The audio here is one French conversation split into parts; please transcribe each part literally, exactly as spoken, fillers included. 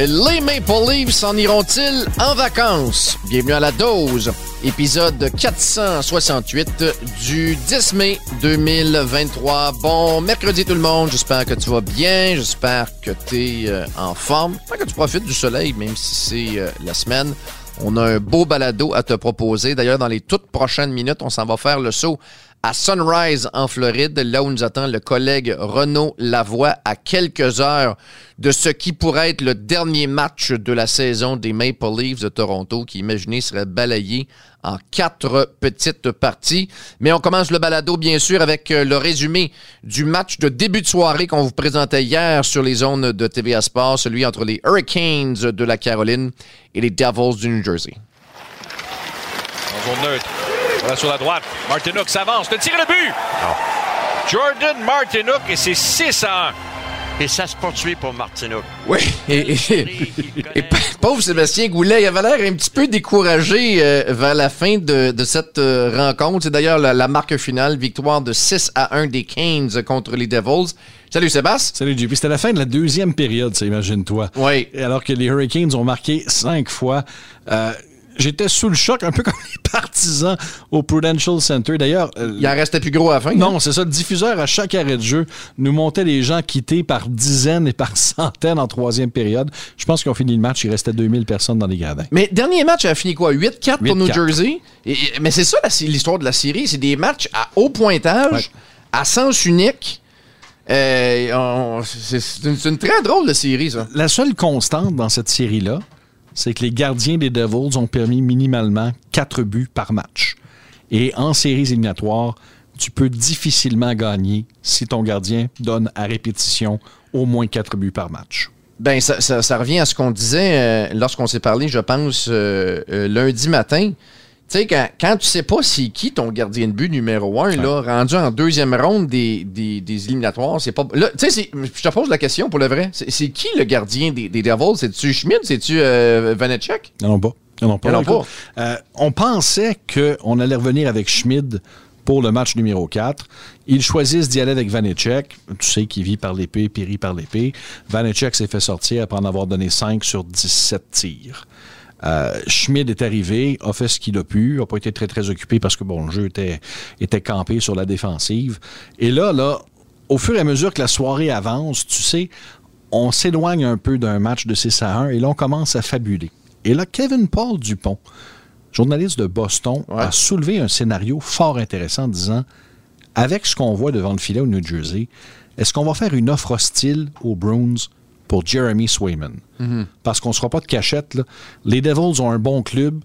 Les Maple Leafs s'en iront-ils en vacances? Bienvenue à La Dose, épisode quatre cent soixante-huit du dix mai deux mille vingt-trois. Bon mercredi tout le monde, j'espère que tu vas bien, j'espère que tu es euh, en forme, j'espère que tu profites du soleil même si c'est euh, la semaine. On a un beau balado à te proposer. D'ailleurs, dans les toutes prochaines minutes, on s'en va faire le saut à Sunrise, en Floride, là où nous attend le collègue Renaud Lavoie à quelques heures de ce qui pourrait être le dernier match de la saison des Maple Leafs de Toronto, qui, imaginez, serait balayé en quatre petites parties. Mais on commence le balado, bien sûr, avec le résumé du match de début de soirée qu'on vous présentait hier sur les ondes de T V A Sport, celui entre les Hurricanes de la Caroline et les Devils du New Jersey. En zone neutre. Voilà sur la droite. Martinook s'avance. Le tir et le but! Oh. Jordan Martinook et c'est six à un. Et ça se poursuit pour Martinook. Oui. Et, et, et pauvre Sébastien Goulet, il avait l'air un petit peu découragé euh, vers la fin de, de cette euh, rencontre. C'est d'ailleurs la, la marque finale, victoire de six à un des Canes contre les Devils. Salut Sébastien. Salut J P. C'était la fin de la deuxième période, ça, imagine-toi. Oui. Alors que les Hurricanes ont marqué cinq fois. Euh, J'étais sous le choc, un peu comme les partisans au Prudential Center. D'ailleurs... Euh, il en restait plus gros à la fin. Non, hein? c'est ça. Le diffuseur, à chaque arrêt de jeu, nous montait les gens quittés par dizaines et par centaines en troisième période. Je pense qu'ils ont fini le match. Il restait deux mille personnes dans les gradins. Mais dernier match a fini quoi? huit quatre pour huit quatre. New Jersey? Et, mais c'est ça la, l'histoire de la série. C'est des matchs à haut pointage, ouais. à sens unique. Euh, on, c'est, c'est, une, c'est une très drôle de série, ça. La seule constante dans cette série-là, c'est que les gardiens des Devils ont permis minimalement quatre buts par match. Et en séries éliminatoires, tu peux difficilement gagner si ton gardien donne à répétition au moins quatre buts par match. Ben ça, ça, ça revient à ce qu'on disait euh, lorsqu'on s'est parlé, je pense, euh, euh, lundi matin. Tu sais, quand, quand tu sais pas c'est qui ton gardien de but numéro un, ouais. là, rendu en deuxième ronde des, des, des éliminatoires, c'est pas... Là, tu sais, je te pose la question pour le vrai. C'est, c'est qui le gardien des, des Devils? C'est-tu Schmid? C'est-tu euh, Vanecek? Non, pas. Non, pas. Non, pas. Euh, on pensait qu'on allait revenir avec Schmid pour le match numéro quatre. Ils choisissent d'y aller avec Vanecek. Tu sais qu'il vit par l'épée, périt par l'épée. Vanecek s'est fait sortir après en avoir donné cinq sur dix-sept tirs. Euh, Schmid est arrivé, a fait ce qu'il a pu, n'a pas été très très occupé parce que bon, le jeu était, était campé sur la défensive. Et là, là, au fur et à mesure que la soirée avance, tu sais, on s'éloigne un peu d'un match de six à un et là, on commence à fabuler. Et là, Kevin Paul Dupont, journaliste de Boston, ouais. a soulevé un scénario fort intéressant en disant, avec ce qu'on voit devant le filet au New Jersey, est-ce qu'on va faire une offre hostile aux Bruins pour Jeremy Swayman? Mm-hmm. Parce qu'on ne se fera pas de cachette, là. Les Devils ont un bon club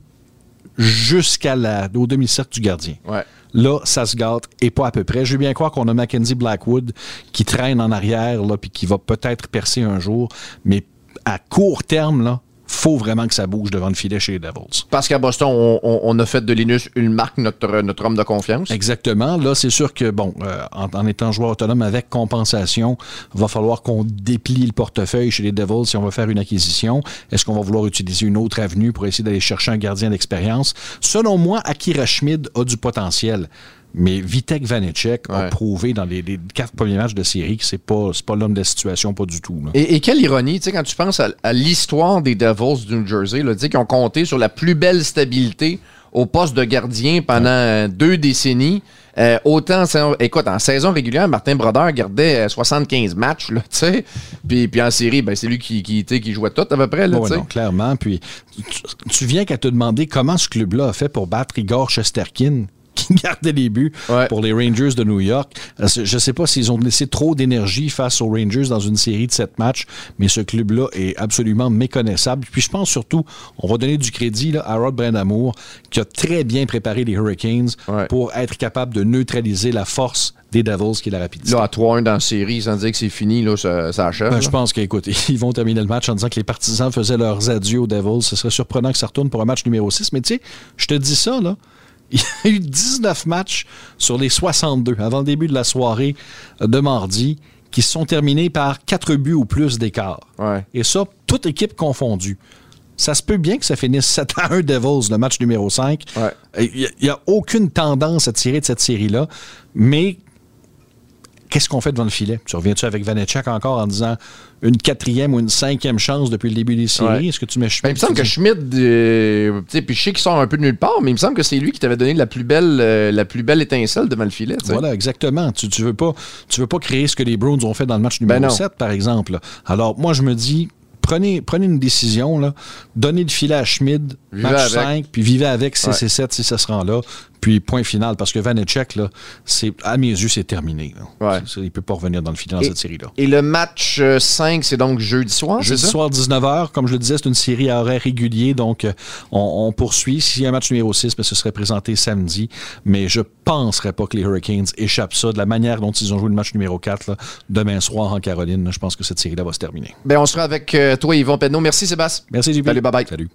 jusqu'à la, au demi-cercle du gardien. Ouais. Là, ça se gâte et pas à peu près. Je veux bien croire qu'on a Mackenzie Blackwood qui traîne en arrière puis qui va peut-être percer un jour, mais à court terme, là, faut vraiment que ça bouge devant le filet chez les Devils. Parce qu'à Boston, on, on, on a fait de Linus Ullmark notre, notre homme de confiance. Exactement. Là, c'est sûr que, bon, euh, en, en étant joueur autonome avec compensation, il va falloir qu'on déplie le portefeuille chez les Devils si on veut faire une acquisition. Est-ce qu'on va vouloir utiliser une autre avenue pour essayer d'aller chercher un gardien d'expérience? Selon moi, Akira Schmid a du potentiel. Mais Vitek Vanecek ouais. a prouvé dans les, les quatre premiers matchs de série que c'est pas, c'est pas l'homme de la situation, pas du tout. Et, et quelle ironie, tu sais, quand tu penses à, à l'histoire des Devils du New Jersey, là, tu sais, qui ont compté sur la plus belle stabilité au poste de gardien pendant ouais. deux décennies. Euh, autant, écoute, en saison régulière, Martin Brodeur gardait soixante-quinze matchs, là, tu sais. Puis, puis en série, ben, c'est lui qui, qui, qui jouait tout à peu près, là, tu sais. Clairement. Puis tu, tu viens qu'à te demander comment ce club-là a fait pour battre Igor Shesterkin, qui gardait les buts ouais. pour les Rangers de New York. Je ne sais pas s'ils ont laissé trop d'énergie face aux Rangers dans une série de sept matchs, mais ce club-là est absolument méconnaissable. Puis je pense surtout, on va donner du crédit là, à Rod Brind'Amour, qui a très bien préparé les Hurricanes ouais. pour être capable de neutraliser la force des Devils, qui est la rapidité. Là, à trois un dans la série, sans dire que c'est fini, là, ça, ça achève. Ben, je pense qu'écoute, ils vont terminer le match en disant que les partisans faisaient leurs adieux aux Devils. Ce serait surprenant que ça retourne pour un match numéro six. Mais tu sais, je te dis ça, là, il y a eu dix-neuf matchs sur les soixante-deux avant le début de la soirée de mardi qui se sont terminés par quatre buts ou plus d'écart. Ouais. Et ça, toute équipe confondue. Ça se peut bien que ça finisse sept à un Devils, le match numéro cinq. Il ouais. n'y a, a aucune tendance à tirer de cette série-là, mais qu'est-ce qu'on fait devant le filet? Tu reviens-tu avec Vanecek encore en disant une quatrième ou une cinquième chance depuis le début des séries? Ouais. Est-ce que tu mets Schmidt? Ben, il me semble que Schmidt, euh, tu sais, puis je sais qu'il sort un peu de nulle part, mais il me semble que c'est lui qui t'avait donné la plus belle, euh, la plus belle étincelle devant le filet. T'sais. Voilà, exactement. Tu, tu veux pas, tu veux pas créer ce que les Bruins ont fait dans le match numéro ben sept, par exemple. Alors, moi, je me dis, Prenez, prenez une décision, là. Donnez le filet à Schmid, match cinq, puis vivez avec six et sept si ça se rend là. Puis point final, parce que Vanecek, là, c'est, à mes yeux, c'est terminé. Ouais. C'est, c'est, il ne peut pas revenir dans le filet dans et, cette série-là. Et le match cinq, c'est donc jeudi soir? Jeudi c'est ça? soir, dix-neuf heures. Comme je le disais, c'est une série à horaire régulier, donc on, on poursuit. S'il y a un match numéro six, bien, ce serait présenté samedi. Mais je ne penserais pas que les Hurricanes échappent ça de la manière dont ils ont joué le match numéro quatre là, demain soir en Caroline. Là, je pense que cette série-là va se terminer. Bien, on sera avec euh, toi, Yvon Penneau. Merci, Sébastien. Merci, J P. Salut, bye-bye. Salut.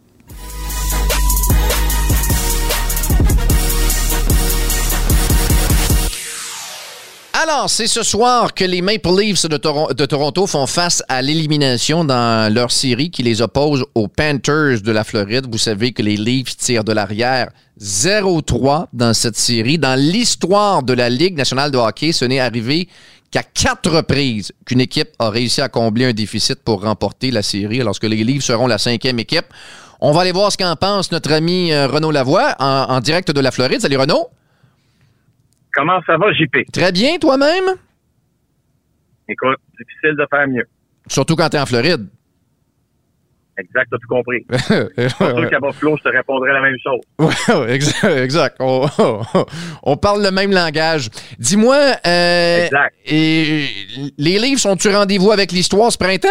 Alors, c'est ce soir que les Maple Leafs de, Tor- de Toronto font face à l'élimination dans leur série qui les oppose aux Panthers de la Floride. Vous savez que les Leafs tirent de l'arrière zéro trois dans cette série. Dans l'histoire de la Ligue nationale de hockey, ce n'est arrivé qu'à quatre reprises qu'une équipe a réussi à combler un déficit pour remporter la série, lorsque les Leafs seront la cinquième équipe. On va aller voir ce qu'en pense notre ami Renaud Lavoie en, en direct de la Floride. Salut Renaud. Comment ça va, J P? Très bien, toi-même? Écoute, c'est difficile de faire mieux. Surtout quand t'es en Floride. Exact, t'as tout compris. C'est sûr qu'à Buffalo, je te répondrais la même chose. Oui, exact. exact. On, on, on parle le même langage. Dis-moi, euh, exact. Et les Leafs sont-tu rendez-vous avec l'histoire ce printemps?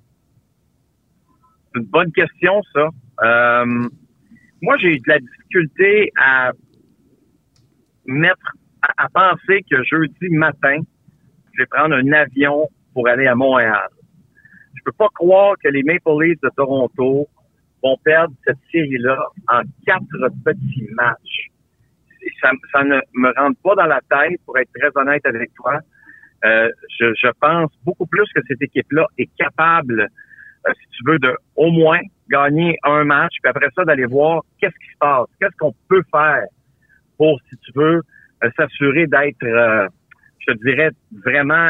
C'est une bonne question, ça. Euh, moi, j'ai eu de la difficulté à mettre à penser que jeudi matin, je vais prendre un avion pour aller à Montréal. Je peux pas croire que les Maple Leafs de Toronto vont perdre cette série-là en quatre petits matchs. Ça, ça ne me rentre pas dans la tête, pour être très honnête avec toi. Euh, je, je pense beaucoup plus que cette équipe-là est capable, euh, si tu veux, de au moins gagner un match, puis après ça, d'aller voir qu'est-ce qui se passe, qu'est-ce qu'on peut faire pour, si tu veux, s'assurer d'être, euh, je te dirais, vraiment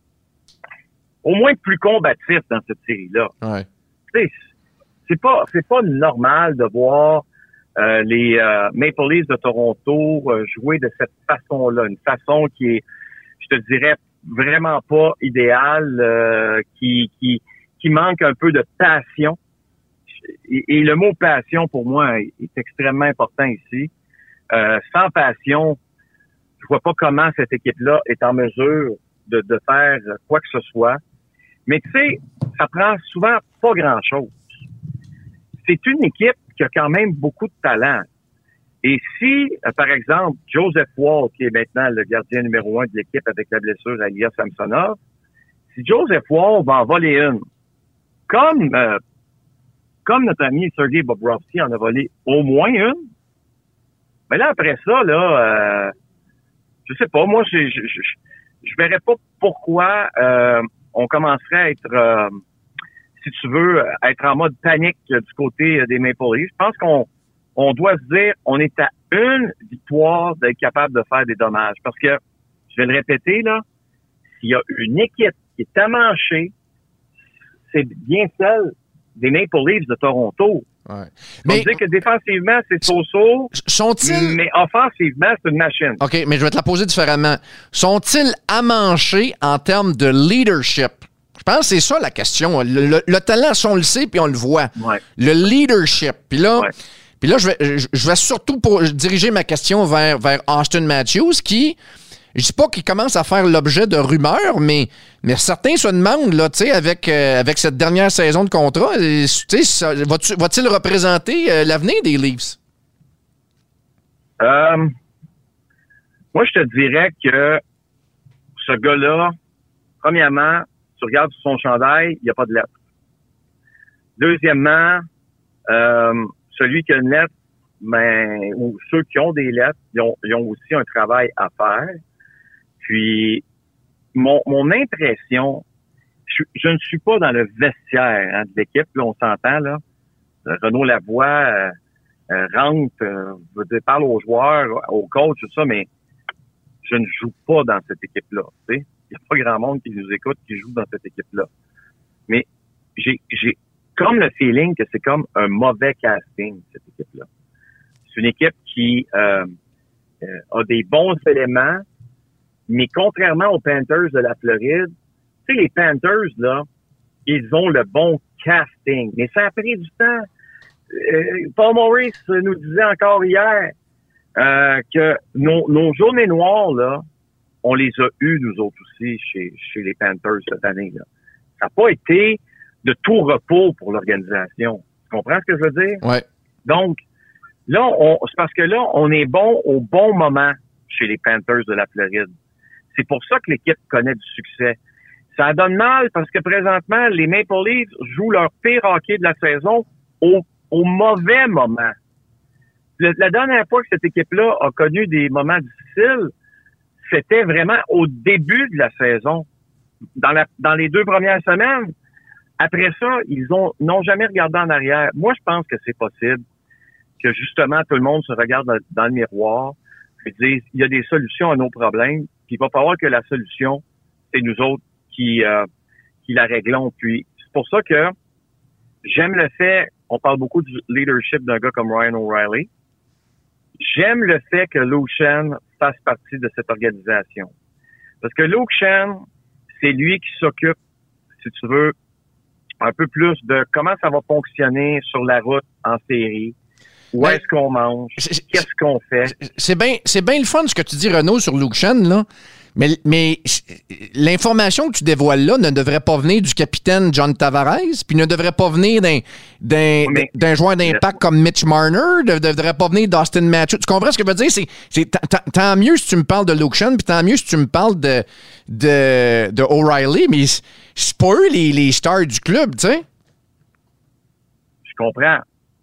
au moins plus combatif dans cette série-là. Ouais. Tu sais, c'est pas, c'est pas normal de voir euh, les euh, Maple Leafs de Toronto euh, jouer de cette façon-là, une façon qui est, je te dirais, vraiment pas idéale, euh, qui, qui, qui manque un peu de passion. Et, et le mot passion, pour moi, est, est extrêmement important ici. Euh, sans passion, je vois pas comment cette équipe-là est en mesure de, de faire quoi que ce soit. Mais tu sais, ça prend souvent pas grand-chose. C'est une équipe qui a quand même beaucoup de talent. Et si, euh, par exemple, Joseph Woll, qui est maintenant le gardien numéro un de l'équipe avec la blessure à Ilya Samsonov, si Joseph Woll va en voler une, comme euh, comme notre ami Sergei Bobrovsky en a volé au moins une, mais là, après ça, là... Euh, Je sais pas, moi, je je, je, je verrais pas pourquoi euh, on commencerait à être, euh, si tu veux, être en mode panique du côté des Maple Leafs. Je pense qu'on on doit se dire, on est à une victoire d'être capable de faire des dommages. Parce que, je vais le répéter, là, s'il y a une équipe qui est amanchée, c'est bien celle des Maple Leafs de Toronto. Ouais. Mais on dit que défensivement, c'est so-so, sont-ils... mais offensivement, c'est une machine. OK, mais je vais te la poser différemment. Sont-ils amanchés en termes de leadership? Je pense que c'est ça la question. Le, le, le talent, on le sait, puis on le voit. Ouais. Le leadership. Puis là, ouais. puis là je, vais, je, je vais surtout pour diriger ma question vers, vers Austin Matthews, qui... Je dis pas qu'il commence à faire l'objet de rumeurs, mais, mais certains se demandent, là, tu sais, avec, euh, avec cette dernière saison de contrat, tu sais, va-tu, va-t-il représenter euh, l'avenir des Leafs? Euh, moi, je te dirais que ce gars-là, premièrement, tu regardes son chandail, il n'y a pas de lettre. Deuxièmement, euh, celui qui a une lettre, ben, ou ceux qui ont des lettres, ils ont, ils ont aussi un travail à faire. Puis, mon, mon impression, je, je ne suis pas dans le vestiaire hein, de l'équipe, là, on s'entend, là. Renaud Lavoie euh, euh, rentre, euh, parle aux joueurs, aux coachs, tout ça, mais je ne joue pas dans cette équipe-là, tu sais. il n'y a pas grand monde qui nous écoute, qui joue dans cette équipe-là. Mais j'ai, j'ai comme le feeling que c'est comme un mauvais casting, cette équipe-là. C'est une équipe qui euh, euh, a des bons éléments, mais contrairement aux Panthers de la Floride, tu sais, les Panthers, là, ils ont le bon casting. Mais ça a pris du temps. Euh, Paul Maurice nous disait encore hier euh, que nos, nos journées noires, là, on les a eues, nous autres aussi, chez, chez les Panthers cette année, là. Ça n'a pas été de tout repos pour l'organisation. Tu comprends ce que je veux dire? Ouais. Donc, là, on, c'est parce que là, on est bon au bon moment chez les Panthers de la Floride. C'est pour ça que l'équipe connaît du succès. Ça donne mal parce que présentement, les Maple Leafs jouent leur pire hockey de la saison au, au mauvais moment. Le, la dernière fois que cette équipe-là a connu des moments difficiles, c'était vraiment au début de la saison. Dans, la, dans les deux premières semaines. Après ça, ils ont n'ont jamais regardé en arrière. Moi, je pense que c'est possible que justement tout le monde se regarde dans, dans le miroir et dise il y a des solutions à nos problèmes. Puis il va falloir que la solution, c'est nous autres qui euh, qui la réglons. Puis c'est pour ça que j'aime le fait. On parle beaucoup du leadership d'un gars comme Ryan O'Reilly. J'aime le fait que Luke Schenn fasse partie de cette organisation. Parce que Luke Schenn, c'est lui qui s'occupe, si tu veux, un peu plus de comment ça va fonctionner sur la route en série. Où ouais. est-ce qu'on mange? C'est, qu'est-ce qu'on fait? C'est bien c'est bien le fun ce que tu dis, Renaud, sur Luke Schenn, là. Mais, mais l'information que tu dévoiles là ne devrait pas venir du capitaine John Tavares, puis ne devrait pas venir d'un, d'un, mais, d'un joueur d'impact comme Mitch Marner, ne devrait pas venir d'Austin Matthews. Tu comprends ce que je veux dire? C'est, c'est t- t- tant mieux si tu me parles de Luke Schenn, puis tant mieux si tu me parles de, de, de O'Reilly, mais c'est, c'est pas eux les, les stars du club, tu sais. Je comprends.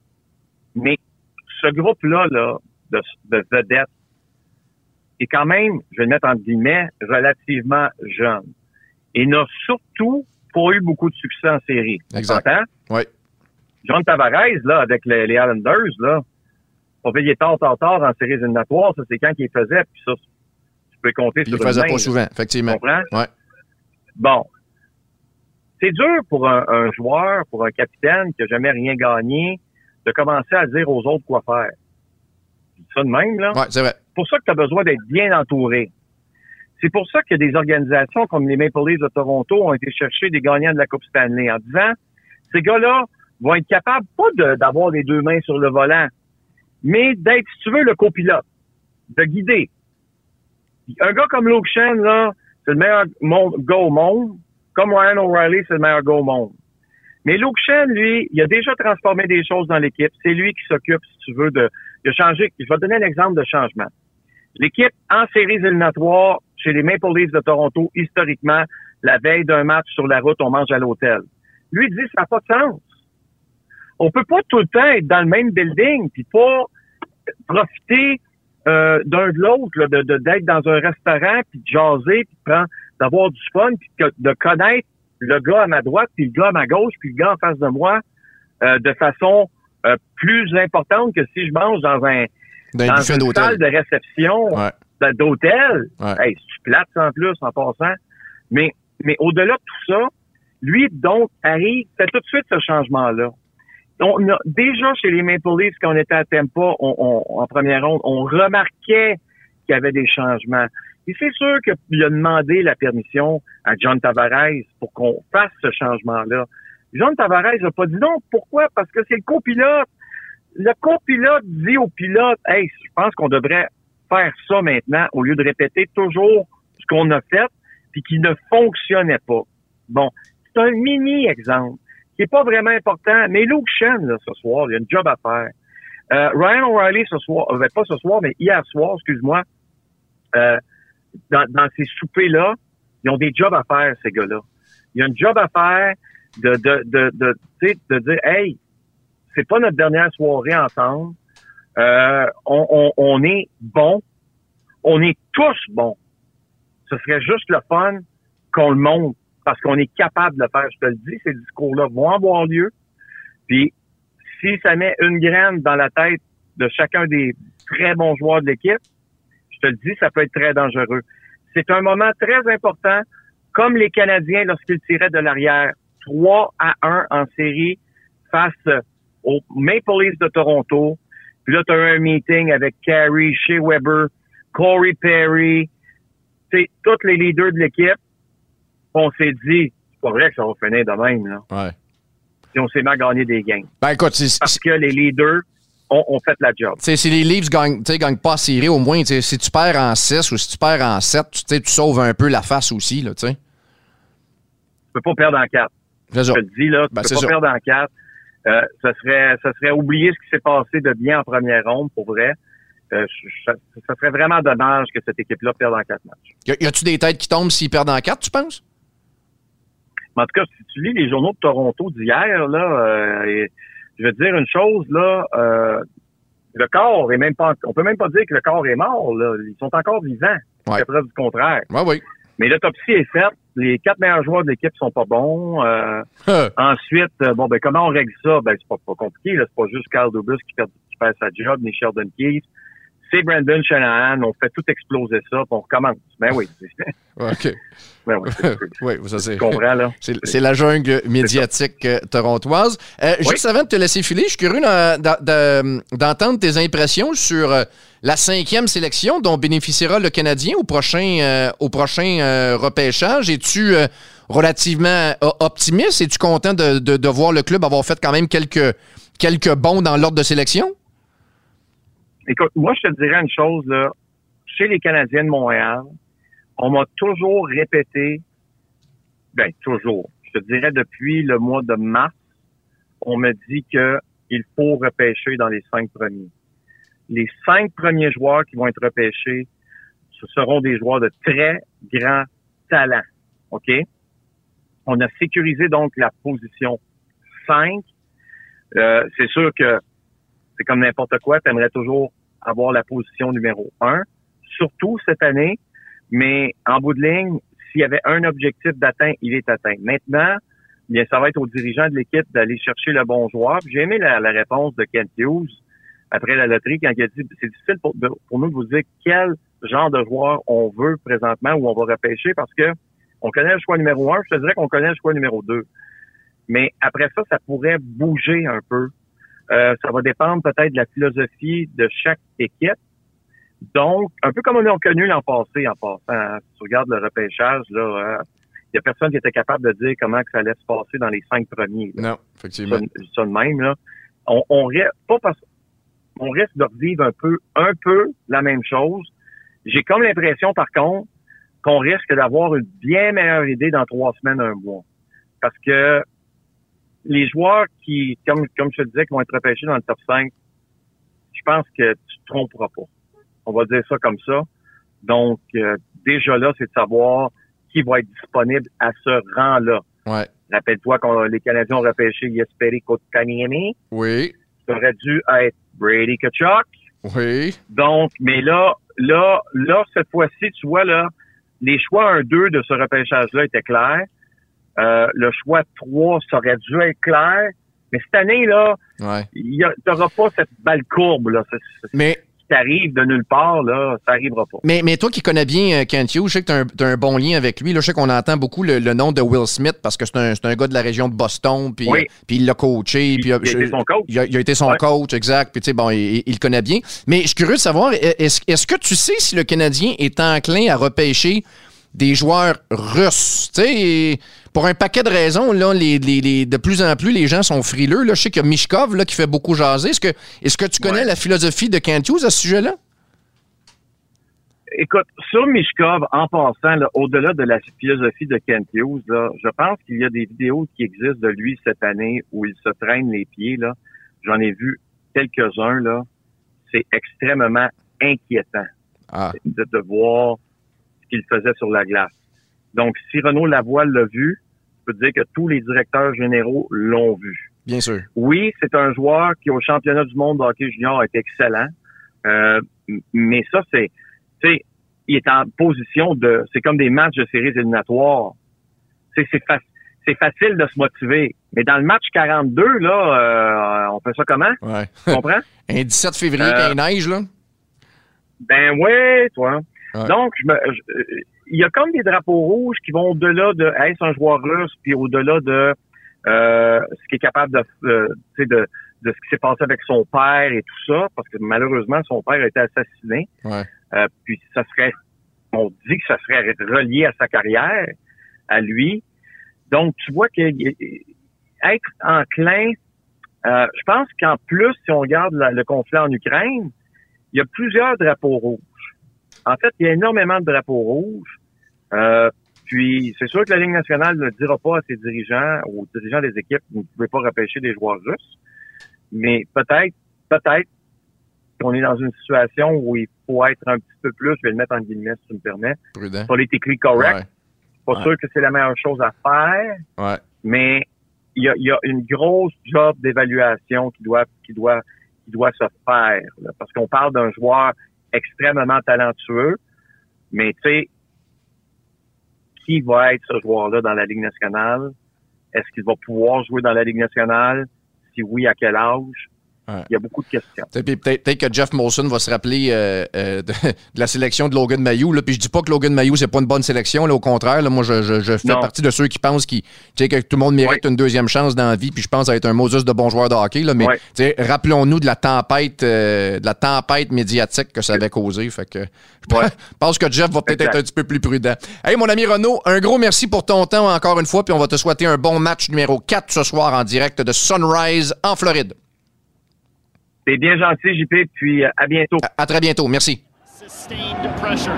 Mais ce groupe-là, là, de, de vedettes, est quand même, je vais le mettre entre guillemets, relativement jeune. Et n'a surtout pas eu beaucoup de succès en série. Exact. Oui. John Tavares, là, avec les, les Islanders, là, on fait des tard, tard, tard en séries éliminatoires. Ça, c'est quand qu'il les faisait, puis ça, tu peux compter il sur le faisait une main, pas souvent, effectivement. Tu comprends? Ouais. Bon. C'est dur pour un, un joueur, pour un capitaine qui n'a jamais rien gagné, de commencer à dire aux autres quoi faire. C'est ça de même, là? Oui, c'est vrai. C'est pour ça que tu as besoin d'être bien entouré. C'est pour ça que des organisations comme les Maple Leafs de Toronto ont été chercher des gagnants de la Coupe Stanley en disant, ces gars-là vont être capables, pas de, d'avoir les deux mains sur le volant, mais d'être, si tu veux, le copilote, de guider. Un gars comme Luke Schenn, là, c'est le meilleur monde, gars au monde, comme Ryan O'Reilly, c'est le meilleur gars au monde. Mais Luke Schenn, lui, il a déjà transformé des choses dans l'équipe. C'est lui qui s'occupe, si tu veux, de, de changer. Je vais te donner un exemple de changement. L'équipe en séries éliminatoires chez les Maple Leafs de Toronto, historiquement, la veille d'un match sur la route, on mange à l'hôtel. Lui, il dit, ça n'a pas de sens. On peut pas tout le temps être dans le même building puis pas profiter euh, d'un de l'autre, là, de, de, d'être dans un restaurant puis de jaser puis de prendre, d'avoir du fun puis de, de connaître le gars à ma droite puis le gars à ma gauche puis le gars en face de moi euh, de façon euh, plus importante que si je mange dans un Dans, dans une d'hôtel. salle de réception ouais. d'hôtel. Ouais. Hey, c'est plate en plus en passant. Mais mais au-delà de tout ça, lui donc arrive, fait tout de suite ce changement-là. On a déjà chez les Maple Leafs, quand on était à Tampa, on, on, en première ronde, on remarquait qu'il y avait des changements. Et c'est sûr qu'il a demandé la permission à John Tavares pour qu'on fasse ce changement-là. John Tavares n'a pas dit non. Pourquoi? Parce que c'est le copilote. Le copilote dit au pilote, « Hey, je pense qu'on devrait faire ça maintenant au lieu de répéter toujours ce qu'on a fait puis qui ne fonctionnait pas. » Bon, c'est un mini-exemple qui est pas vraiment important, mais Luke Schenn, là, ce soir, il y a une job à faire. Euh, Ryan O'Reilly, ce soir, euh, pas ce soir, mais hier soir, excuse-moi, euh, dans, dans ces soupers-là, ils ont des jobs à faire, ces gars-là. Il y a une job à faire de, de, de, de, tu sais, de dire, hey, c'est pas notre dernière soirée ensemble. Euh, on, on, on est bons. On est tous bons. Ce serait juste le fun qu'on le montre parce qu'on est capable de le faire. Je te le dis, ces discours-là vont avoir lieu. Puis, si ça met une graine dans la tête de chacun des très bons joueurs de l'équipe, je te le dis, ça peut être très dangereux. c'est un moment très important, comme les Canadiens lorsqu'ils tiraient de l'arrière trois à un en série face aux Maple Leafs de Toronto. Puis là, tu as eu un meeting avec Carey, Shea Weber, Corey Perry, tu sais, tous les leaders de l'équipe. On s'est dit, c'est pas vrai que ça va finir de même, là. Ouais. Et on s'est mis à gagner des games. Ben écoute, c'est, Parce que les leaders ont, ont fait la job. T'sais, si les Leafs gagnent, gagnent pas en série, au moins, si tu perds en six ou si tu perds en sept, tu, tu sauves un peu la face aussi, là, tu sais. Tu peux pas perdre en quatre. C'est Je ça. te le dis, là, tu Ben, peux c'est pas ça. perdre en quatre. Euh, ça serait, ça serait oublier ce qui s'est passé de bien en première ronde, pour vrai. Euh, ça, ça serait vraiment dommage que cette équipe-là perde en quatre matchs. Y, y a-tu des têtes qui tombent s'ils perdent en quatre, tu penses? Mais en tout cas, si tu lis les journaux de Toronto d'hier, là, euh, et, je veux te dire une chose, là, euh, le corps est même pas, on peut même pas dire que le corps est mort, là. Ils sont encore vivants. Ouais. C'est preuve du contraire. Oui, oui. Mais l'autopsie est faite. Les quatre meilleurs joueurs de l'équipe sont pas bons. Euh, ensuite, euh, bon, ben, comment on règle ça? Ben, c'est pas, pas compliqué, là. C'est pas juste Kyle Dubas qui perd, qui perd sa job, ni Sheldon Keefe. C'est Brandon Shanahan. On fait tout exploser ça, puis on recommence. Ben oui. OK. Ben oui. Oui, ça c'est. Tu comprends, là? C'est, c'est la jungle médiatique euh, torontoise. Euh, Oui. Juste avant de te laisser filer, je suis curieux d'en- d'en- d'en- d'entendre tes impressions sur euh, la cinquième sélection dont bénéficiera le Canadien au prochain, euh, au prochain euh, repêchage. Es-tu euh, relativement euh, optimiste? Es-tu content de, de, de voir le club avoir fait quand même quelques, quelques bons dans l'ordre de sélection? Écoute, moi, je te dirais une chose, là. Chez les Canadiens de Montréal, on m'a toujours répété, ben, toujours, je te dirais depuis le mois de mars, on me dit que il faut repêcher dans les cinq premiers. Les cinq premiers joueurs qui vont être repêchés, ce seront des joueurs de très grand talent. OK? On a sécurisé donc la position cinq. Euh, c'est sûr que c'est comme n'importe quoi, tu aimerais toujours avoir la position numéro un, surtout cette année, mais en bout de ligne, s'il y avait un objectif d'atteint, il est atteint. Maintenant, bien, ça va être aux dirigeants de l'équipe d'aller chercher le bon joueur. Puis j'ai aimé la, la réponse de Kent Hughes après la loterie quand il a dit c'est difficile pour, de, pour nous de vous dire quel genre de joueur on veut présentement ou on va repêcher parce que on connaît le choix numéro un, je te dirais qu'on connaît le choix numéro deux. Mais après ça, ça pourrait bouger un peu. Euh, ça va dépendre peut-être de la philosophie de chaque équipe. Donc, un peu comme on l'a connu l'an passé, en passant. Hein. Si tu regardes le repêchage, là, il y a personne qui était capable de dire comment que ça allait se passer dans les cinq premiers. Là. Non, effectivement. Ça, ça de même, là. On, on risque pas parce on risque de revivre un peu, un peu la même chose. J'ai comme l'impression, par contre, qu'on risque d'avoir une bien meilleure idée dans trois semaines, un mois. Parce que les joueurs qui, comme, comme je te disais, qui vont être repêchés dans le top cinq, je pense que tu te tromperas pas. On va dire ça comme ça. Donc, euh, déjà là, c'est de savoir qui va être disponible à ce rang-là. Ouais. Rappelle-toi que les Canadiens ont repêché Jesperi Kotkaniemi. Oui. Ça aurait dû être Brady Tkachuk. Oui. Donc, mais là, là, là, cette fois-ci, tu vois, là, les choix un deux de ce repêchage-là étaient clairs. Euh, le choix trois, ça aurait dû être clair. Mais cette année, là, Ouais. tu n'auras pas cette balle courbe, là. C'est, c'est, Mais. qui arrive de nulle part, là, ça arrivera pas. Mais, mais toi qui connais bien euh, Kent Hughes, je sais que tu as un, un bon lien avec lui. Là, je sais qu'on entend beaucoup le, le nom de Will Smith parce que c'est un, c'est un gars de la région de Boston, puis Oui. euh, puis il l'a coaché. Il, puis, il a je- été son coach. Il a, il a été son Ouais. coach, exact. Puis tu sais, bon, il, il le connaît bien. Mais je suis curieux de savoir, est-ce, est-ce que tu sais si le Canadien est enclin à repêcher des joueurs russes? Tu sais, pour un paquet de raisons, là, les, les, les, de plus en plus, les gens sont frileux. Là. Je sais qu'il y a Mishkov là, qui fait beaucoup jaser. Est-ce que, est-ce que tu connais Ouais. la philosophie de Kent Hughes à ce sujet-là? Écoute, sur Mishkov, en passant, là, au-delà de la philosophie de Kent Hughes, là, je pense qu'il y a des vidéos qui existent de lui cette année où il se traîne les pieds. Là. J'en ai vu quelques-uns. Là. C'est extrêmement inquiétant Ah. de, de voir ce qu'il faisait sur la glace. Donc, si Renaud Lavoie l'a vu, je peux te dire que tous les directeurs généraux l'ont vu. Bien sûr. Oui, c'est un joueur qui, au championnat du monde de hockey junior, est excellent. Euh, mais ça, c'est... Tu sais, il est en position de... C'est comme des matchs de séries éliminatoires. Tu sais, c'est, fa- c'est facile de se motiver. Mais dans le match quarante-deux, là, euh, on fait ça comment? Ouais. Tu comprends? Un dix-sept février, Euh, quand il neige, là? Ben oui, toi. Ouais. Donc, je me, je- il y a comme des drapeaux rouges qui vont au-delà de est-ce un joueur russe, puis au-delà de euh, ce qui est capable de, euh, tu sais, de, de ce qui s'est passé avec son père et tout ça, parce que malheureusement, son père a été assassiné. Ouais. Euh, puis ça serait, on dit que ça serait relié à sa carrière, à lui. Donc, tu vois que être enclin, euh, je pense qu'en plus, si on regarde la, le conflit en Ukraine, il y a plusieurs drapeaux rouges. En fait, il y a énormément de drapeaux rouges. Euh, puis, c'est sûr que la Ligue nationale ne dira pas à ses dirigeants, aux dirigeants des équipes, vous ne pouvez pas repêcher des joueurs russes. Mais peut-être, peut-être qu'on est dans une situation où il faut être un petit peu plus, je vais le mettre en guillemets si tu me permets, Prudent. politically correct. Ouais. Pas Ouais. sûr que c'est la meilleure chose à faire, Ouais. mais il y a, il y a une grosse job d'évaluation qui doit, qui doit, qui doit se faire, là, parce qu'on parle d'un joueur extrêmement talentueux, mais tu sais, qui va être ce joueur-là dans la Ligue nationale? Est-ce qu'il va pouvoir jouer dans la Ligue nationale? Si oui, à quel âge? Ouais. Il y a beaucoup de questions. Puis peut-être, peut-être que Jeff Molson va se rappeler euh, euh, de, de la sélection de Logan Mailloux. Là. Puis je dis pas que Logan Mailloux, c'est pas une bonne sélection. Là, au contraire, là, moi, je, je, je fais Non. partie de ceux qui pensent qu'il, tu sais, que tout le monde mérite Ouais. une deuxième chance dans la vie. Puis je pense être un Moses de bon joueur de hockey. Là, mais Ouais. tu sais, rappelons-nous de la tempête euh, de la tempête médiatique que ça avait causé. Fait que je Ouais. pense que Jeff va peut-être Exact. être un petit peu plus prudent. Hey, mon ami Renaud, un gros merci pour ton temps encore une fois. Puis on va te souhaiter un bon match numéro quatre ce soir en direct de Sunrise en Floride. C'est bien gentil, J P, puis euh, à bientôt. À, à très bientôt. Merci. Sustained pressure.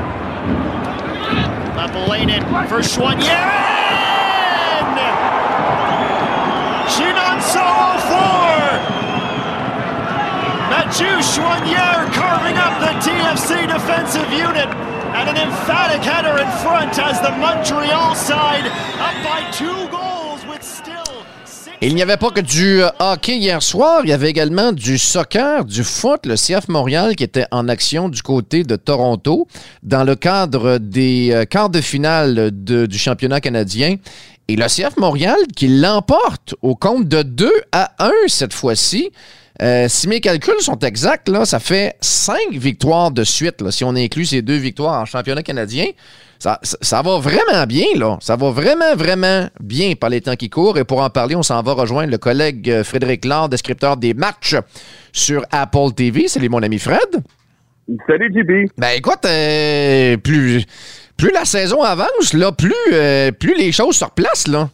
Levelainen for Choinière. Chinonso oh four. Mathieu Choinière carving up the T F C defensive unit. And an emphatic header in front as the Montreal side up by two goals with still six... Il n'y avait pas que du euh, hockey hier soir, il y avait également du soccer, du foot, le C F Montréal qui était en action du côté de Toronto dans le cadre des euh, quarts de finale de- du championnat canadien. Et le C F Montréal qui l'emporte au compte de deux à un cette fois-ci. Euh, si mes calculs sont exacts, là, ça fait cinq victoires de suite. Là, si on inclut ces deux victoires en championnat canadien, ça, ça, ça va vraiment bien. Là. Ça va vraiment, vraiment bien par les temps qui courent. Et pour en parler, on s'en va rejoindre le collègue euh, Frédéric Lard, descripteur des matchs sur Apple T V. Salut mon ami Fred. Salut, J B. Ben écoute, euh, plus, plus la saison avance, là, plus, euh, plus les choses se replacent. Là.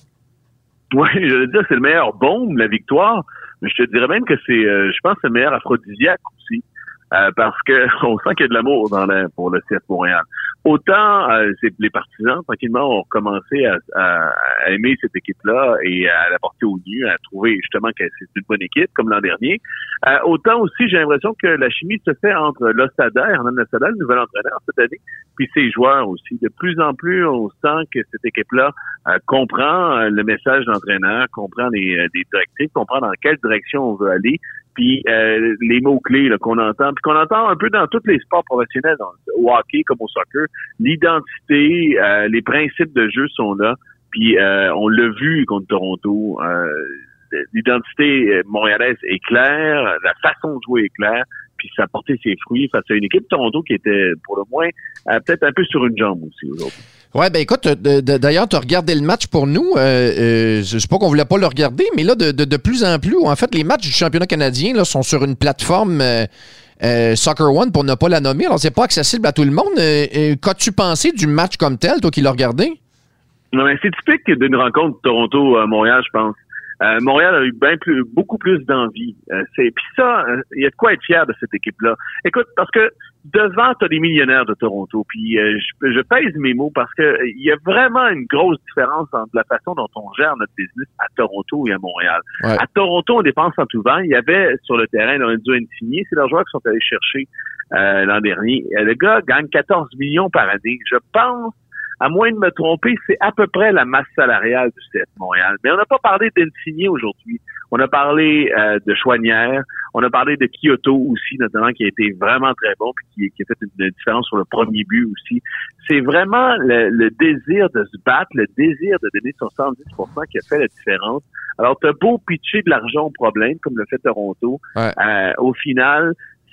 Oui, je veux dire, c'est le meilleur baume, la victoire. Mais je te dirais même que c'est, euh, je pense, que c'est le meilleur aphrodisiaque aussi. Euh, parce que on sent qu'il y a de l'amour dans l'air pour le C F Montréal. Autant euh, c'est les partisans, tranquillement, ont commencé à, à, à aimer cette équipe-là et à la porter au nu, à trouver justement que c'est une bonne équipe, comme l'an dernier. Euh, autant aussi, j'ai l'impression que la chimie se fait entre Losada, Hernan Losada, le nouvel entraîneur cette année, puis ses joueurs aussi. De plus en plus, on sent que cette équipe-là euh, comprend euh, le message de l'entraîneur, comprend les, euh, les directives, comprend dans quelle direction on veut aller. Puis euh, les mots-clés là, qu'on entend, puis qu'on entend un peu dans tous les sports professionnels, dans, au hockey comme au soccer, l'identité, euh, les principes de jeu sont là. Puis euh, on l'a vu contre Toronto, euh, l'identité montréalaise est claire, la façon de jouer est claire, puis ça a porté ses fruits face à une équipe de Toronto qui était pour le moins euh, peut-être un peu sur une jambe aussi aujourd'hui. Ouais, ben écoute, de- de- d'ailleurs, tu as regardé le match pour nous. Euh, euh, je sais pas qu'on voulait pas le regarder, mais là, de, de, de plus en plus, en fait, les matchs du championnat canadien là, sont sur une plateforme euh, euh, Soccer One, pour ne pas la nommer. Alors, c'est pas accessible à tout le monde. Euh, euh, qu'as-tu pensé du match comme tel, toi qui l'as regardé? Non, mais c'est typique d'une rencontre Toronto-Montréal, je pense. Euh, Montréal a eu bien plus, beaucoup plus d'envie. Euh, c'est puis ça, il euh, y a de quoi être fier de cette équipe-là. Écoute, parce que devant, t'as les millionnaires de Toronto. Puis euh, je, je pèse mes mots parce que il y a vraiment une grosse différence entre la façon dont on gère notre business à Toronto et à Montréal. Ouais. À Toronto, on dépense en tout vent. Il y avait sur le terrain Lorenzo Insigne, c'est leurs joueurs qui sont allés chercher euh, l'an dernier. Le gars gagne quatorze millions par année. Je pense, à moins de me tromper, c'est à peu près la masse salariale du C F Montréal. Mais on n'a pas parlé d'Insigne aujourd'hui. On a parlé euh, de Choinière. On a parlé de Kyoto aussi, notamment, qui a été vraiment très bon puis qui, qui a fait une, une différence sur le premier but aussi. C'est vraiment le, le désir de se battre, le désir de donner soixante-dix pour cent qui a fait la différence. Alors, t'as beau pitcher de l'argent au problème, comme le fait Toronto. Ouais. Euh, au final,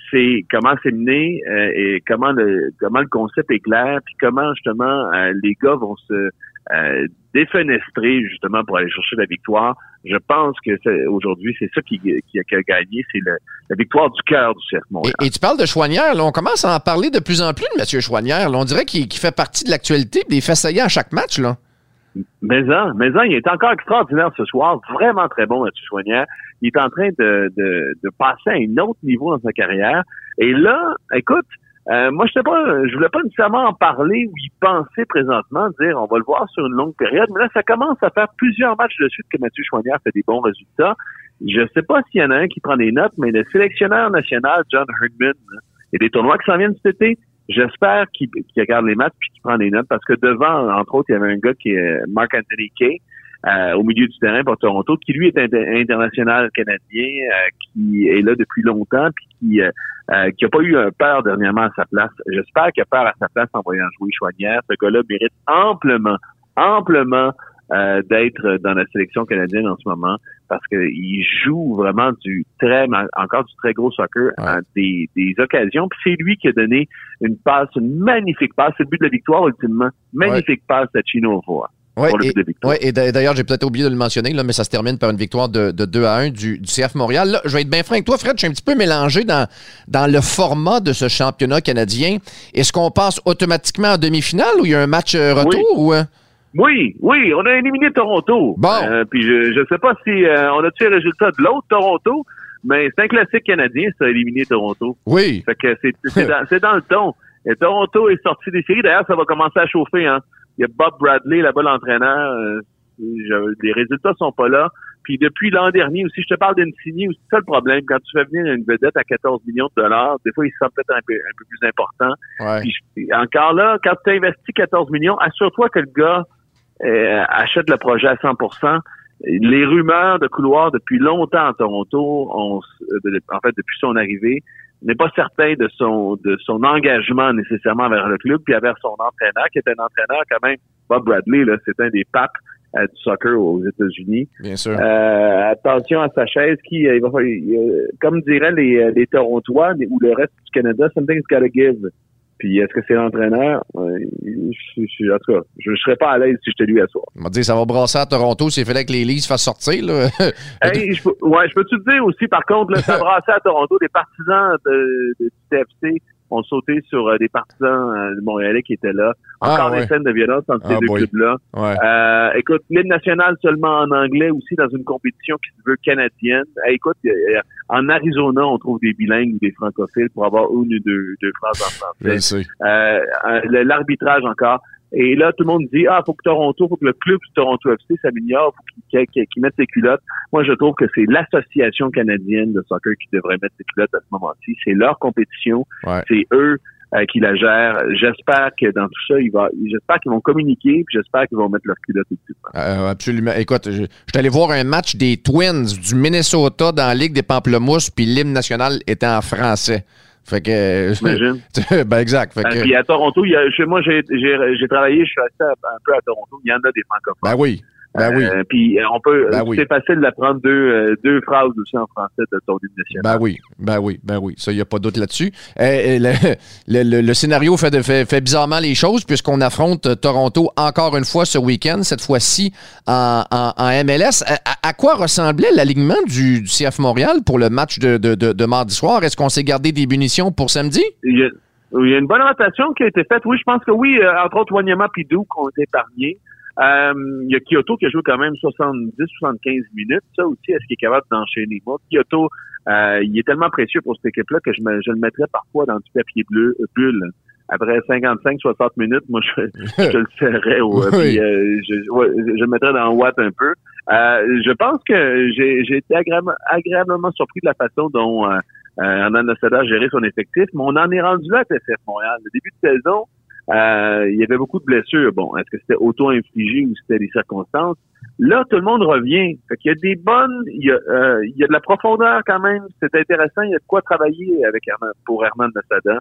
c'est comment c'est mené euh, et comment le comment le concept est clair, puis comment justement euh, les gars vont se euh, défenestrer justement pour aller chercher la victoire. Je pense que c'est, aujourd'hui, c'est ça qui, qui, qui a gagné, c'est le, la victoire du cœur du C F Montréal. Et, et tu parles de Chouanière, là, on commence à en parler de plus en plus de M. Chouanière. Là. On dirait qu'il, qu'il fait partie de l'actualité, des faits saillants à chaque match, là. Mais en, mais en, il est encore extraordinaire ce soir, vraiment très bon, M. Chouanière. Il est en train de, de, de passer à un autre niveau dans sa carrière. Et là, écoute, euh, moi, je sais pas, je voulais pas nécessairement en parler ou y penser présentement, dire on va le voir sur une longue période, mais là, ça commence à faire plusieurs matchs de suite que Mathieu Chouanière fait des bons résultats. Je sais pas s'il y en a un qui prend des notes, mais le sélectionneur national, John Herdman, il y a des tournois qui s'en viennent cet été. J'espère qu'il, qu'il regarde les matchs puis qu'il prend des notes parce que devant, entre autres, il y avait un gars qui est Marc-Anthony Kaye, euh, au milieu du terrain pour Toronto, qui lui est inter- international canadien, euh, qui est là depuis longtemps puis qui euh, euh, qui a pas eu peur dernièrement à sa place. J'espère qu'il a peur à sa place en voyant jouer Chouanière. Ce gars-là mérite amplement, amplement euh, d'être dans la sélection canadienne en ce moment parce qu'il joue vraiment du très, encore du très gros soccer ouais. à des, des occasions. Puis c'est lui qui a donné une passe, une magnifique passe. C'est le but de la victoire ultimement. Magnifique ouais. passe à Chino Roy. Oui, et, ouais, et d'ailleurs, j'ai peut-être oublié de le mentionner, là, mais ça se termine par une victoire de, de deux à un du, du C F Montréal. Là, je vais être bien franc avec toi, Fred, je suis un petit peu mélangé dans, dans le format de ce championnat canadien. Est-ce qu'on passe automatiquement en demi-finale ou il y a un match retour? Oui. Ou... Oui, oui, on a éliminé Toronto. Bon. Euh, puis je je sais pas si euh, on a tué le résultat de l'autre Toronto, mais c'est un classique canadien, ça a éliminé Toronto. Oui. Fait que c'est, c'est, dans, c'est dans le ton. Et Toronto est sorti des séries. D'ailleurs, ça va commencer à chauffer, hein. Il y a Bob Bradley, là-bas, l'entraîneur. Euh, je, les résultats sont pas là. Puis depuis l'an dernier aussi, je te parle d'Insigny, c'est ça le problème. Quand tu fais venir une vedette à quatorze millions de dollars, des fois, il se sent peut-être un peu, un peu plus important. Ouais. Puis encore là, quand tu investis quatorze millions, assure-toi que le gars euh, achète le projet à cent pour cent. Les rumeurs de couloir depuis longtemps à Toronto, on, en fait, depuis son arrivée, n'est pas certain de son de son engagement nécessairement vers le club puis vers son entraîneur, qui est un entraîneur quand même. Bob Bradley, là, c'est un des papes euh, du soccer aux États-Unis. Bien sûr. Euh, attention à sa chaise qui, il va, il, comme diraient les, les Torontois ou le reste du Canada, something's gotta give. Puis est-ce que c'est l'entraîneur? Euh, je, je, en tout cas, je ne serais pas à l'aise si j'étais lui à soir. On m'a dit ça va brasser à Toronto s'il fallait que les Leafs fassent sortir. Là. hey, je, ouais, je peux-tu te dire aussi, par contre, là, ça brassait à Toronto, des partisans de, de, du T F C ont sauté sur euh, des partisans euh, montréalais qui étaient là. Encore ah, ouais. des scènes de violence entre ah, ces deux boy. clubs-là. Ouais. Euh, écoute, l'hymne national seulement en anglais aussi dans une compétition qui se veut canadienne. Hey, écoute, euh, en Arizona, on trouve des bilingues ou des francophiles pour avoir une ou deux, deux phrases en français. Je sais. Euh, euh, l'arbitrage encore. Et là, tout le monde dit, ah, faut que Toronto, faut que le club du Toronto F C s'améliore, faut qu'il, qu'il, qu'il mette ses culottes. Moi, je trouve que c'est l'association canadienne de soccer qui devrait mettre ses culottes à ce moment-ci. C'est leur compétition. Ouais. C'est eux euh, qui la gèrent. J'espère que dans tout ça, il va, j'espère qu'ils vont communiquer, puis j'espère qu'ils vont mettre leurs culottes au-dessus. Euh, absolument. Écoute, je, je suis allé voir un match des Twins du Minnesota dans la Ligue des Pamplemousses, puis l'hymne national était en français. Fait que, j'imagine. ben exact. Fait que, puis à Toronto, il y a, chez moi, j'ai, j'ai, j'ai travaillé, je suis resté un peu à Toronto. Il y en a des francophones. Ben oui. Ben oui. Euh, puis on peut, ben c'est oui. facile d'apprendre deux, euh, deux phrases aussi en français de ton hymne national. Ben oui, ben oui, ben oui. Ça, il n'y a pas de doute là-dessus. Euh, le, le, le, le scénario fait, de, fait, fait bizarrement les choses puisqu'on affronte Toronto encore une fois ce week-end, cette fois-ci en, en, en M L S. À, à quoi ressemblait l'alignement du, du C F Montréal pour le match de, de, de, de mardi soir? Est-ce qu'on s'est gardé des munitions pour samedi? Il y a, il y a une bonne rotation qui a été faite. Oui, je pense que oui. Euh, entre autres, Wanyama et Duke ont été épargnés. Euh, il y a Kyoto qui a joué quand même soixante-dix à soixante-quinze minutes. Ça aussi, est-ce qu'il est capable d'enchaîner? Moi, Kyoto, euh, il est tellement précieux pour cette équipe-là que je, me, je le mettrais parfois dans du papier bleu, bulle. Après cinquante-cinq à soixante minutes, moi, je, je le serrais. Ouais, oui. Puis, euh, je, ouais, je le mettrais dans Watt un peu. Euh, je pense que j'ai, j'ai été agréable, agréablement surpris de la façon dont euh, Hernan Losada a géré son effectif. Mais on en est rendu là à T F C Montréal. Le début de saison, Euh, il y avait beaucoup de blessures. Bon, est-ce que c'était auto-infligé ou c'était des circonstances? Là, tout le monde revient. Fait qu'il y a des bonnes, il y a, euh, il y a de la profondeur quand même. C'est intéressant. Il y a de quoi travailler avec Herman, pour Hernan Losada.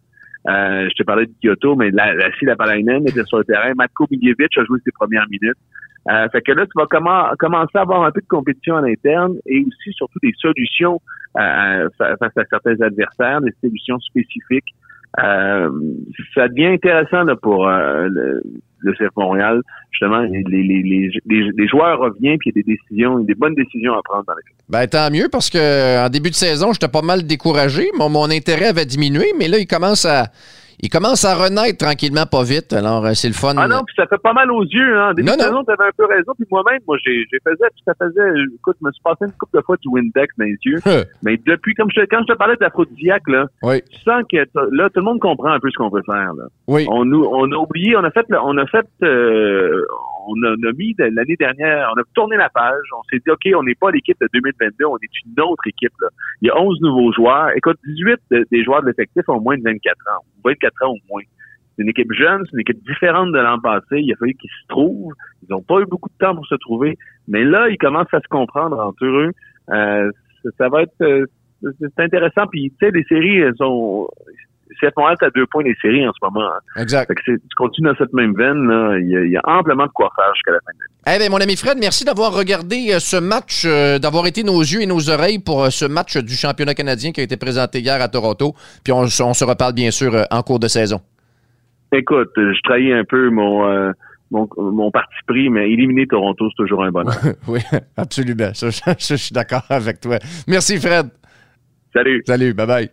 Euh, je te parlais de Kyoto, mais la, la Lapalainen était sur le terrain. Matko Miljevic a joué ses premières minutes. Euh, fait que là, tu vas comment, commencer à avoir un peu de compétition à l'interne et aussi, surtout, des solutions euh, face à certains adversaires, des solutions spécifiques. Euh, ça devient intéressant là, pour euh, le, le C F Montréal. Justement, les, les, les, les, les joueurs reviennent puis il y a des décisions, des bonnes décisions à prendre dans l'équipe. Ben tant mieux parce que en début de saison, j'étais pas mal découragé. Mon, mon intérêt avait diminué, mais là, il commence à il commence à renaître tranquillement, pas vite. Alors, c'est le fun. Ah non, puis ça fait pas mal aux yeux. Hein. Début non, de saison, t'avais un peu raison. Puis moi-même, moi, j'ai, j'ai faisais, puis ça faisait, écoute, je me suis passé une couple de fois du Windex dans les yeux. Mais depuis, comme je te, quand je te parlais d'aphrodisiaque, là, oui. tu sens que là, tout le monde comprend un peu ce qu'on veut faire. Là. Oui. On nous, on a oublié, on a fait, on a fait, euh, on a, on a mis de, l'année dernière, on a tourné la page. On s'est dit, ok, on n'est pas l'équipe de deux mille vingt-deux, on est une autre équipe. Là. Il y a onze nouveaux joueurs. Écoute, dix-huit de, des joueurs de l'effectif ont moins de vingt-quatre ans, vingt-quatre ans ou moins. C'est une équipe jeune, c'est une équipe différente de l'an passé. Il a fallu qu'ils se trouvent. Ils n'ont pas eu beaucoup de temps pour se trouver. Mais là, ils commencent à se comprendre entre eux. Euh, ça, ça va être... Euh, c'est intéressant. Puis, tu sais, les séries, elles sont... C F Montréal est à deux points des séries en ce moment. Hein. Exact. Fait que c'est, tu continues dans cette même veine, là. Il y a, il y a amplement de quoi faire jusqu'à la fin de l'année. Eh bien, mon ami Fred, merci d'avoir regardé euh, ce match, euh, d'avoir été nos yeux et nos oreilles pour euh, ce match du championnat canadien qui a été présenté hier à Toronto. Puis on, on se reparle bien sûr euh, en cours de saison. Écoute, je trahis un peu mon, euh, mon, mon parti pris, mais éliminer Toronto, c'est toujours un bonheur. Oui, absolument. Ça, je, je suis d'accord avec toi. Merci, Fred. Salut. Salut, bye-bye.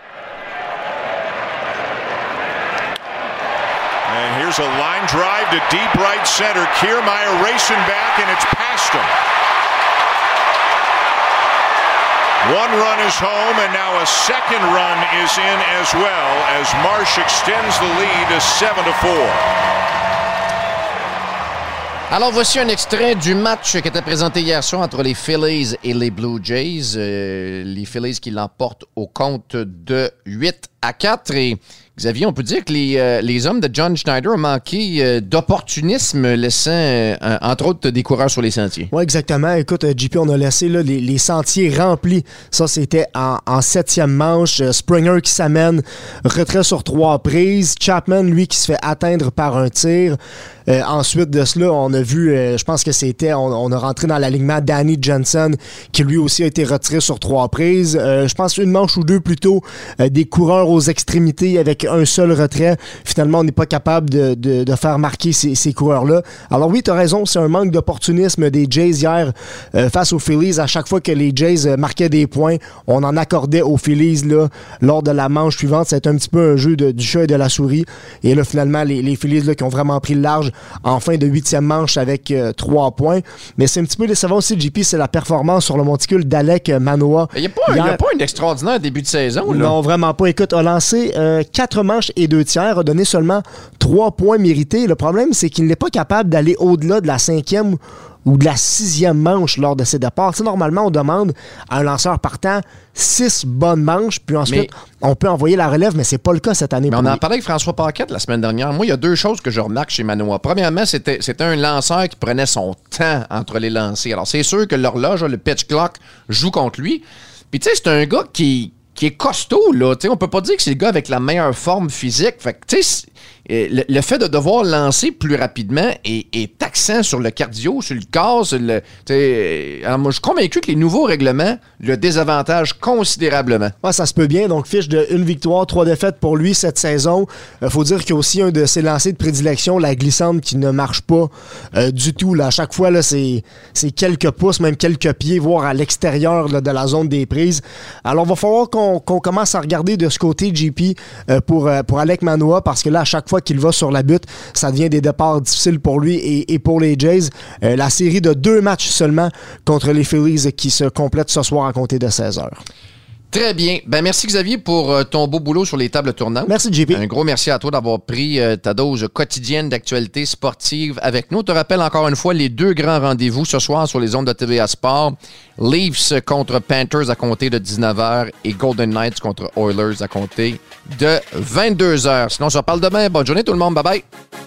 And here's a line drive to deep right center. Kiermaier racing back, and it's past him. One run is home, and now a second run is in as well as Marsh extends the lead to seven to four. Alors, voici un extrait du match qui était présenté hier soir entre les Phillies et les Blue Jays. Euh, les Phillies qui l'emportent au compte de huit à quatre. Et Xavier, on peut dire que les, euh, les hommes de John Schneider ont manqué euh, d'opportunisme, laissant, euh, entre autres, des coureurs sur les sentiers. Oui, exactement. Écoute, J P, on a laissé là, les, les sentiers remplis. Ça, c'était en, en septième manche. Springer qui s'amène, retrait sur trois prises. Chapman, lui, qui se fait atteindre par un tir. Euh, ensuite de cela, on a vu, euh, je pense que c'était, on, on a rentré dans l'alignement Danny Jensen, qui lui aussi a été retiré sur trois prises. Euh, je pense une manche ou deux plus tôt, euh, des coureurs aux extrémités avec un seul retrait. Finalement, on n'est pas capable de, de, de faire marquer ces, ces coureurs-là. Alors oui, tu as raison, c'est un manque d'opportunisme des Jays hier euh, face aux Phillies. À chaque fois que les Jays euh, marquaient des points, on en accordait aux Phillies là, lors de la manche suivante. C'était un petit peu un jeu de, du chat et de la souris. Et là, finalement, les, les Phillies là, qui ont vraiment pris le large en fin de huitième manche avec euh, trois points. Mais c'est un petit peu décevant aussi, J P, c'est la performance sur le monticule d'Alek Manoah. Il n'y a, a pas un extraordinaire début de saison. Là. Non, vraiment pas. Écoute, a lancé euh, quatre manches et deux tiers, a donné seulement trois points mérités. Le problème, c'est qu'il n'est pas capable d'aller au-delà de la cinquième ou de la sixième manche lors de ses départs. Tu sais, normalement, on demande à un lanceur partant six bonnes manches, puis ensuite, mais, on peut envoyer la relève, mais c'est pas le cas cette année. Mais pour on lui. en parlait avec François Paquette la semaine dernière. Moi, il y a deux choses que je remarque chez Manoah. Premièrement, c'était, c'était un lanceur qui prenait son temps entre les lancers. Alors, c'est sûr que l'horloge, le pitch clock, joue contre lui. Puis, tu sais, c'est un gars qui... qui est costaud, là. T'sais, on peut pas dire que c'est le gars avec la meilleure forme physique. Fait que, tu sais, le, le fait de devoir lancer plus rapidement est, est taxant sur le cardio, sur le corps. Sur le, alors moi, je suis convaincu que les nouveaux règlements le désavantagent considérablement. Ouais, ça se peut bien. Donc, fiche de une victoire, trois défaites pour lui cette saison. Il euh, faut dire qu'il y a aussi un de ses lancers de prédilection, la glissante, qui ne marche pas euh, du tout. Là. À chaque fois, là, c'est, c'est quelques pouces, même quelques pieds, voire à l'extérieur là, de la zone des prises. Alors, il va falloir qu'on, qu'on commence à regarder de ce côté, J P, euh, pour, euh, pour Alek Manoah, parce que là, à chaque fois qu'il va sur la butte, ça devient des départs difficiles pour lui et, et pour les Jays. Euh, la série de deux matchs seulement contre les Phillies qui se complète ce soir à compter de seize heures. Très bien. Ben merci Xavier pour euh, ton beau boulot sur les tables tournantes. Merci J P. Un gros merci à toi d'avoir pris euh, ta dose quotidienne d'actualité sportive avec nous. Je te rappelle encore une fois les deux grands rendez-vous ce soir sur les ondes de T V A Sport. Leafs contre Panthers à compter de dix-neuf heures et Golden Knights contre Oilers à compter de vingt-deux heures. Sinon, on se reparle demain. Bonne journée tout le monde. Bye bye.